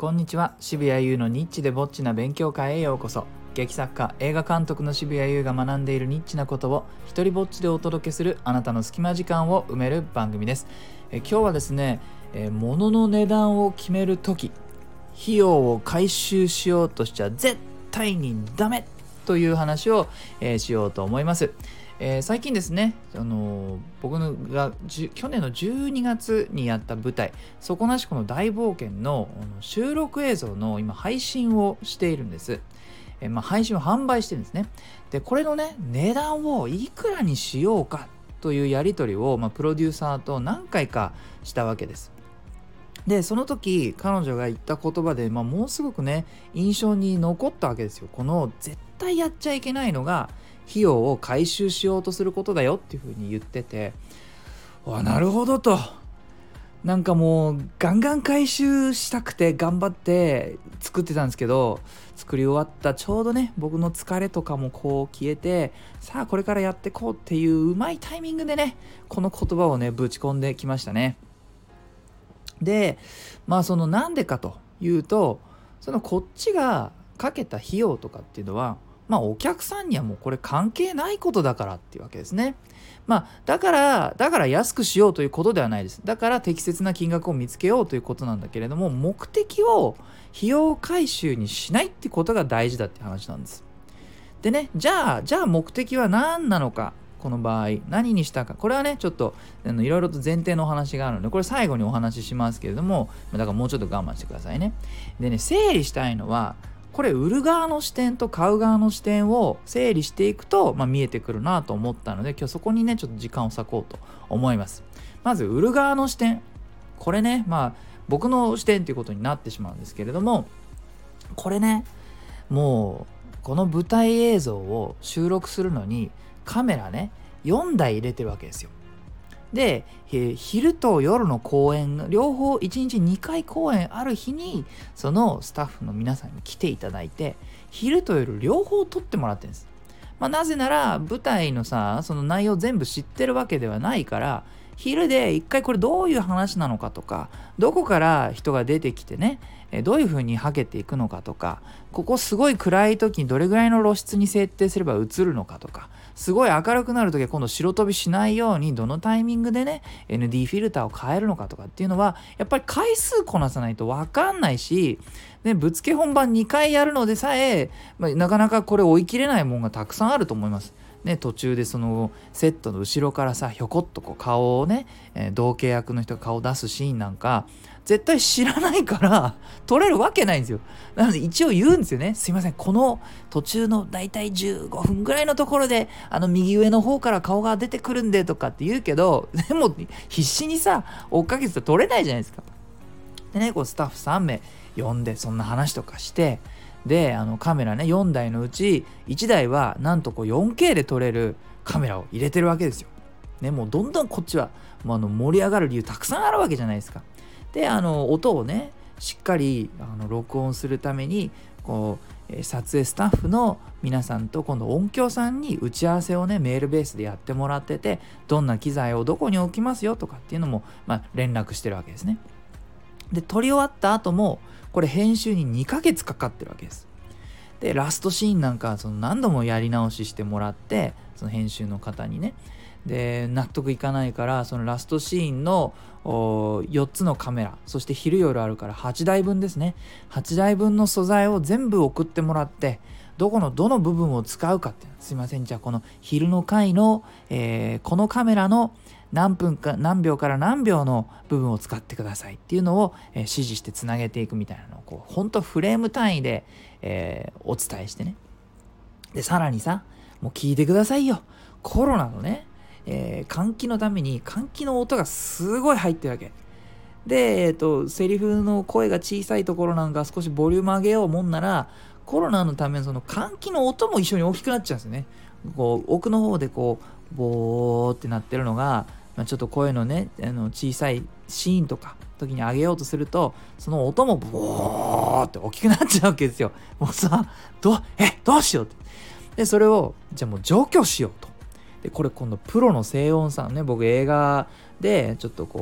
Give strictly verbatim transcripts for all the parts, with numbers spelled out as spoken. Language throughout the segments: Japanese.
こんにちは。渋谷優のニッチでぼっちな勉強会へようこそ。劇作家、映画監督の渋谷優が学んでいるニッチなことを一人ぼっちでお届けするあなたの隙間時間を埋める番組です。え今日はですね、え物の値段を決めるとき、費用を回収しようとしちゃ絶対にダメという話を、えー、しようと思います。えー、最近ですね、あのー、僕のが去年のじゅうにがつにやった舞台底なしこの大冒険の収録映像の今配信をしているんです。えーまあ、配信を販売してるんですね。でこれのね値段をいくらにしようかというやり取りを、まあ、プロデューサーと何回かしたわけです。でその時彼女が言った言葉で、まあ、もうすごくね印象に残ったわけですよ。この絶対やっちゃいけないのが費用を回収しようとすることだよっていう風に言ってて、あ、なるほどと。なんかもうガンガン回収したくて頑張って作ってたんですけど、作り終わったちょうどね僕の疲れとかもこう消えて、さあこれからやってこうっていううまいタイミングでねこの言葉をねぶち込んできましたね。でまあそのなんでかというと、そのこっちがかけた費用とかっていうのはまあお客さんにはもうこれ関係ないことだからっていうわけですね。まあだからだから安くしようということではないです。だから適切な金額を見つけようということなんだけれども、目的を費用回収にしないってことが大事だって話なんです。でね、じゃあじゃあ目的は何なのか、この場合何にしたか、これはねちょっとあのいろいろと前提のお話があるのでこれ最後にお話ししますけれども、だからもうちょっと我慢してくださいね。でね、整理したいのはこれ売る側の視点と買う側の視点を整理していくと、まあ、見えてくるなと思ったので、今日そこにねちょっと時間を割こうと思います。まず売る側の視点、これねまあ僕の視点ということになってしまうんですけれども、これねもうこの舞台映像を収録するのにカメラねよんだい入れてるわけですよ。で昼と夜の公演両方いちにちにかい公演ある日にそのスタッフの皆さんに来ていただいて、昼と夜両方撮ってもらってるんです。まあ、なぜなら舞台のさその内容全部知ってるわけではないから、昼で一回これどういう話なのかとか、どこから人が出てきてねどういう風にはけていくのかとか、ここすごい暗い時にどれぐらいの露出に設定すれば映るのかとか、すごい明るくなる時は今度白飛びしないようにどのタイミングでね エヌディー フィルターを変えるのかとかっていうのはやっぱり回数こなさないと分かんないし、ね、ぶっつけ本番にかいやるのでさえ、まあ、なかなかこれ追い切れないもんがたくさんあると思います。ね、途中でそのセットの後ろからさひょこっとこう顔をね、えー、同系役の人が顔を出すシーンなんか絶対知らないから撮れるわけないんですよ。なので一応言うんですよね。すいません、この途中のだいたいじゅうごふんぐらいのところであの右上の方から顔が出てくるんでとかって言うけど、でも必死にさ追っかけてたら撮れないじゃないですか。でねこうスタッフさんめい呼んでそんな話とかして、であのカメラねよんだいのうちいちだいはなんとこう よんケー で撮れるカメラを入れてるわけですよ。ね、もうどんどんこっちはもうあの盛り上がる理由たくさんあるわけじゃないですか。であの音をねしっかりあの録音するためにこう、えー、撮影スタッフの皆さんと今度音響さんに打ち合わせをねメールベースでやってもらってて、どんな機材をどこに置きますよとかっていうのも、まあ、連絡してるわけですね。で撮り終わった後もこれ編集ににかげつかかってるわけです。でラストシーンなんかその何度もやり直ししてもらって、その編集の方にねで納得いかないからそのラストシーンのよっつのカメラ、そして昼夜あるからはちだいぶんですね、はちだいぶんの素材を全部送ってもらって、どこのどの部分を使うかって、すいませんじゃあこの昼の回の、えー、このカメラの何分か何秒から何秒の部分を使ってくださいっていうのを、えー、指示してつなげていくみたいなのをこうほんとフレーム単位で、えー、お伝えしてね。でさらにさもう聞いてくださいよ、コロナのね、えー、換気のために換気の音がすごい入ってるわけで、えーと、セリフの声が小さいところなんか少しボリューム上げようもんならコロナのためのその換気の音も一緒に大きくなっちゃうんですよね。こう奥の方でこうボーってなってるのが、まあ、ちょっと声のねあの小さいシーンとか時に上げようとするとその音もボーって大きくなっちゃうわけですよ。もうさどえどうしようって。でそれをじゃあもう除去しようと。でこれ今度プロの静音さんね、僕映画でちょっとこう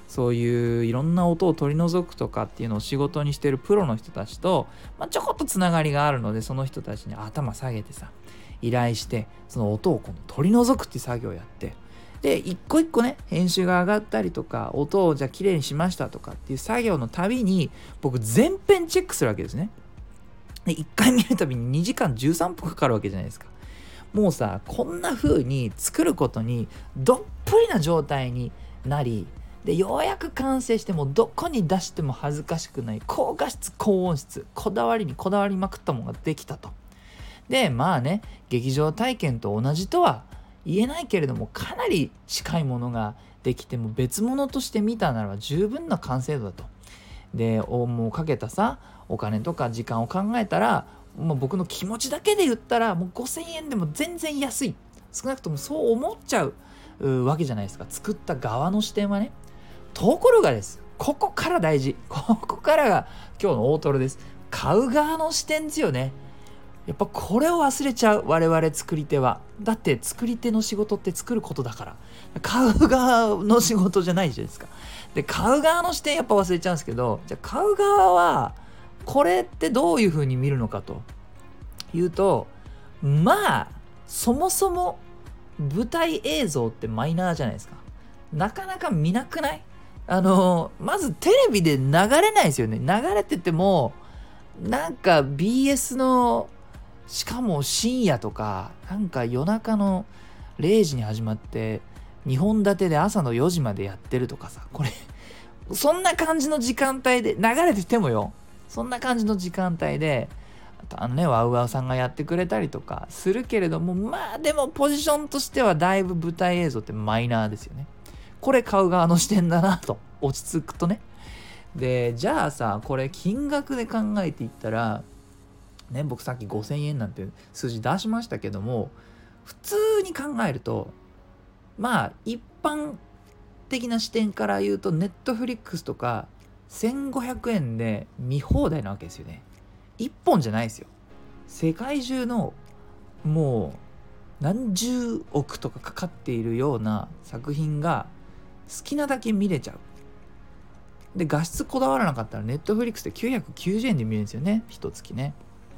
そういういろんな音を取り除くとかっていうのを仕事にしてるプロの人たちと、まあ、ちょこっとつながりがあるので、その人たちに頭下げてさ依頼して、その音をこの取り除くっていう作業をやって、で一個一個ね編集が上がったりとか、音をじゃあ綺麗にしましたとかっていう作業のたびに僕全編チェックするわけですね。でいっかい見るたびににじかんじゅうさんぷんかかるわけじゃないですか。もうさ、こんな風に作ることにどっぷりな状態になり、でようやく完成して、もうどこに出しても恥ずかしくない高画質高音質、こだわりにこだわりまくったものができたと。でまあね、劇場体験と同じとは言えないけれども、かなり近いものができても別物として見たならば十分な完成度だと。でもうかけたさお金とか時間を考えたら、もう僕の気持ちだけで言ったらもうごせんえんでも全然安い、少なくともそう思っちゃうわけじゃないですか、作った側の視点はね。ところがです、ここから大事、ここからが今日の大トロです。買う側の視点ですよね。やっぱこれを忘れちゃう、我々作り手は。だって作り手の仕事って作ることだから、買う側の仕事じゃないじゃないですか。で買う側の視点やっぱ忘れちゃうんですけど、じゃあ買う側はこれってどういう風に見るのかというと、まあそもそも舞台映像ってマイナーじゃないですか。なかなか見なくない？あのまずテレビで流れないですよね。流れててもなんか ビーエス の、しかも深夜とか、なんか夜中のれいじに始まってにほん立てで朝のよじまでやってるとかさ、これそんな感じの時間帯で流れててもよ、そんな感じの時間帯であのねワウワウさんがやってくれたりとかするけれども、まあでもポジションとしてはだいぶ舞台映像ってマイナーですよね。これ買う側の視点だなと落ち着くとね。でじゃあさ、これ金額で考えていったらね、僕さっきごせんえんなんて数字出しましたけども、普通に考えるとまあ一般的な視点から言うと、ネットフリックスとかせんごひゃくえんで見放題なわけですよね。一本じゃないですよ。世界中のもう何十億とかかかっているような作品が好きなだけ見れちゃう。で画質こだわらなかったらネットフリックスできゅうひゃくきゅうじゅうえんで見れるんですよね、一月ね。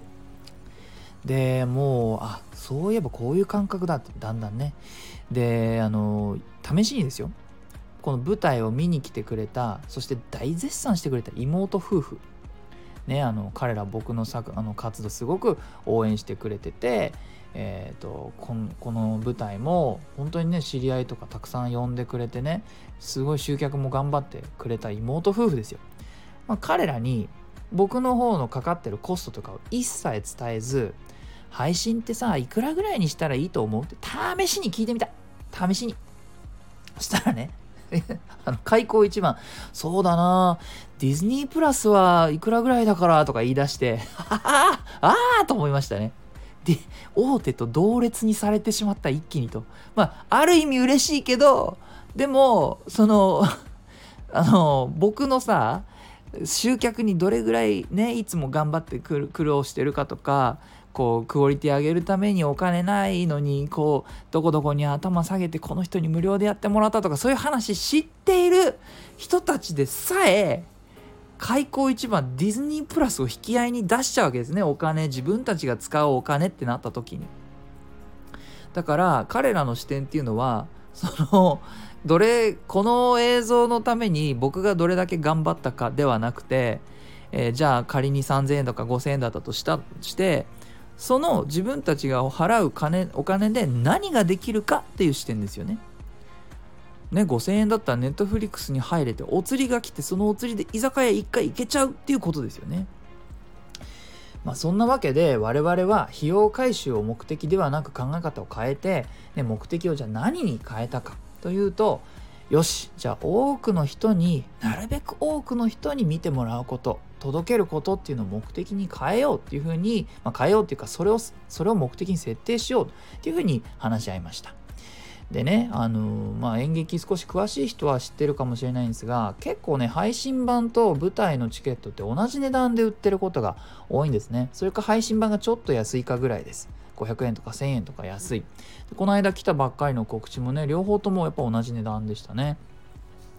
でもうあそういえばこういう感覚だってだんだんね。であの試しにですよ、この舞台を見に来てくれた、そして大絶賛してくれた妹夫婦ね、あの彼ら僕の作あの活動すごく応援してくれてて、えー、とこの、この舞台も本当にね知り合いとかたくさん呼んでくれてね、すごい集客も頑張ってくれた妹夫婦ですよ。まあ、彼らに僕の方のかかってるコストとかを一切伝えず、配信ってさいくらぐらいにしたらいいと思うって試しに聞いてみた。試しに。そしたらねあの開口一番、そうだなディズニープラスはいくらぐらいだからとか言い出してあああと思いましたね。で大手と同列にされてしまった、一気にと。まあある意味嬉しいけど、でもそのあの僕のさ集客にどれぐらいねいつも頑張って苦労してるかとか、こうクオリティ上げるためにお金ないのにこうどこどこに頭下げてこの人に無料でやってもらったとか、そういう話知っている人たちでさえ開口一番ディズニープラスを引き合いに出しちゃうわけですね。お金、自分たちが使うお金ってなった時に。だから彼らの視点っていうのは、そのどれこの映像のために僕がどれだけ頑張ったかではなくて、えー、じゃあ仮にさんぜんえんとかごせんえんだったとしたしてその自分たちが払う金お金で何ができるかっていう視点ですよね。ね、ごせんえんだったらネットフリックスに入れてお釣りが来て、そのお釣りで居酒屋一回行けちゃうっていうことですよね。まあそんなわけで我々は費用回収を目的ではなく考え方を変えて、ね、目的をじゃあ何に変えたかというと、よしじゃあ多くの人になるべく多くの人に見てもらうこと、届けることっていうのを目的に変えようっていうふうに、まあ、変えようっていうかそれをそれを目的に設定しようっていうふうに話し合いました。でね、あのー、まあ演劇少し詳しい人は知ってるかもしれないんですが、結構ね配信版と舞台のチケットって同じ値段で売ってることが多いんですね。それか配信版がちょっと安いかぐらいです。ごひゃくえんとかせんえんとか安い。でこの間来たばっかりの告知もね両方ともやっぱ同じ値段でしたね。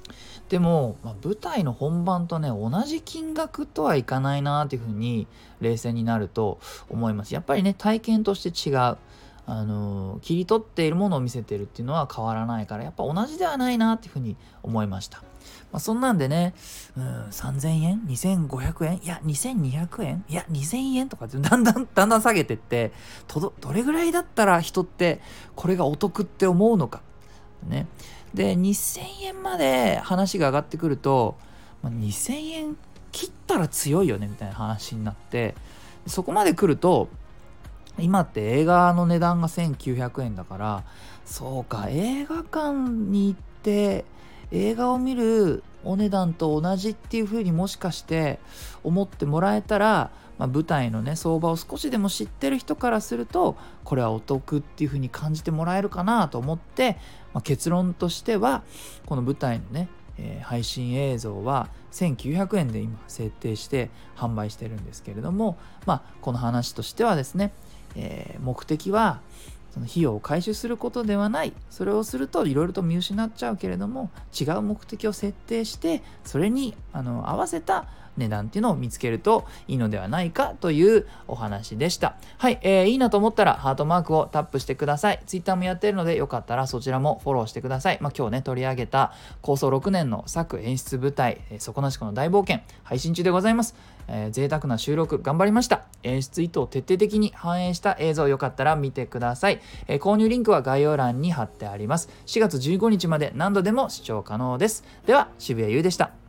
でも、まあ、舞台の本番とね同じ金額とはいかないなっていうふうに冷静になると思います。やっぱりね体験として違う、あのー切り取っているものを見せてるっていうのは変わらないから、やっぱ同じではないなっていうふうに思いました。まあ、そんなんでね、うん、さんぜんえん にせんごひゃくえんいやにせんにひゃくえんいやにせんえんとかってだんだんだんだん下げてって、とどどれぐらいだったら人ってこれがお得って思うのかね。でにせんえんまで話が上がってくると、まあ、にせんえん切ったら強いよねみたいな話になって、そこまで来ると今って映画の値段がせんきゅうひゃくえんだから、そうか映画館に行って映画を見るお値段と同じっていう風にもしかして思ってもらえたら、まあ、舞台のね相場を少しでも知ってる人からするとこれはお得っていう風に感じてもらえるかなと思って、まあ、結論としてはこの舞台のね、えー配信映像はせんきゅうひゃくえんで今設定して販売してるんですけれども、まあこの話としてはですね、えー目的はその費用を回収することではない。それをするといろいろと見失っちゃうけれども、違う目的を設定してそれにあの合わせた値段っていうのを見つけるといいのではないかというお話でした。はい、えー、いいなと思ったらハートマークをタップしてください。ツイッターもやっているのでよかったらそちらもフォローしてください。まあ、今日ね取り上げた構想ろくねんの作演出舞台、えー、底なしこの大冒険配信中でございます。えー、贅沢な収録頑張りました。演出意図を徹底的に反映した映像よかったら見てください。えー、購入リンクは概要欄に貼ってあります。しがつじゅうごにちまで何度でも視聴可能です。では渋谷優でした。